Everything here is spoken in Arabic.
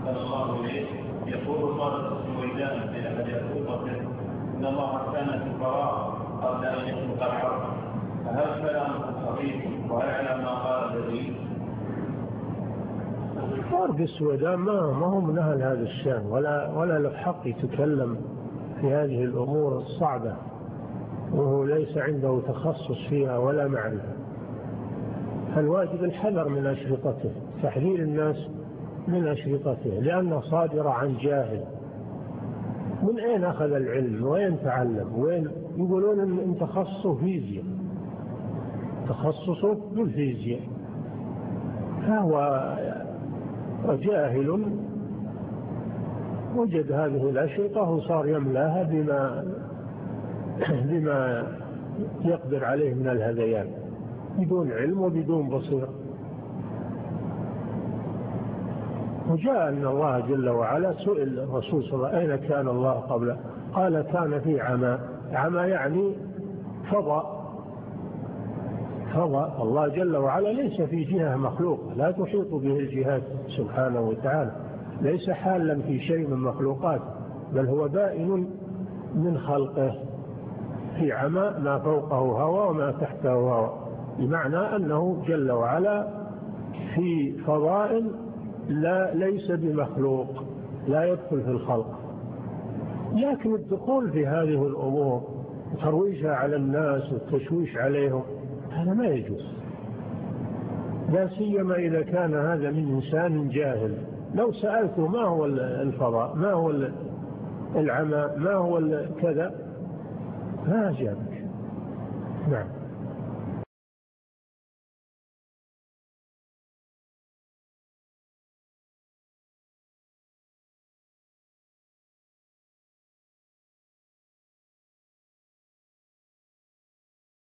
أحسن الله إليه. يقول قال السويدان في أحد أسئلته إن الله كان في الفراغ قبل أن يخلق العرش، فهل كلامه صحيح وهل على ما قال دليل؟ فرق السويدان ما هو من أهل هذا الشأن ولا له حق يتكلم في هذه الأمور الصعبة، وهو ليس عنده تخصص فيها ولا معرفة. فالواجب الحذر من أشرطته، تحذير الناس من أشرطته، لأنه صادر عن جاهل. من أين أخذ العلم وين تعلم؟ وين يقولون إن تخصصه فيزياء، تخصصه بالفيزياء، فهو جاهل وجد هذه الأشرطة وصار يملاها بما يقدر عليه من الهذيان بدون علم وبدون بصيرة. وجاء أن الله جل وعلا سئل الرسول صلى الله عليه وسلم أين كان الله قبله؟ قال كان في عمى. عمى يعني فضاء. الله جل وعلا ليس في جهة مخلوقة لا تحيط به الجهات سبحانه وتعالى، ليس حالا في شيء من مخلوقات، بل هو بائن من خلقه. في عمى ما فوقه هواء وما تحته هواء، بمعنى أنه جل وعلا في فضاء ليس بمخلوق، لا يدخل في الخلق. لكن الدخول في هذه الأمور وترويجها على الناس والتشويش عليهم هذا ما يجوز، لا سيما إذا كان هذا من إنسان جاهل. لو سألته ما هو الفضاء، ما هو العمى، ما هو كذا، ما أجابك. نعم.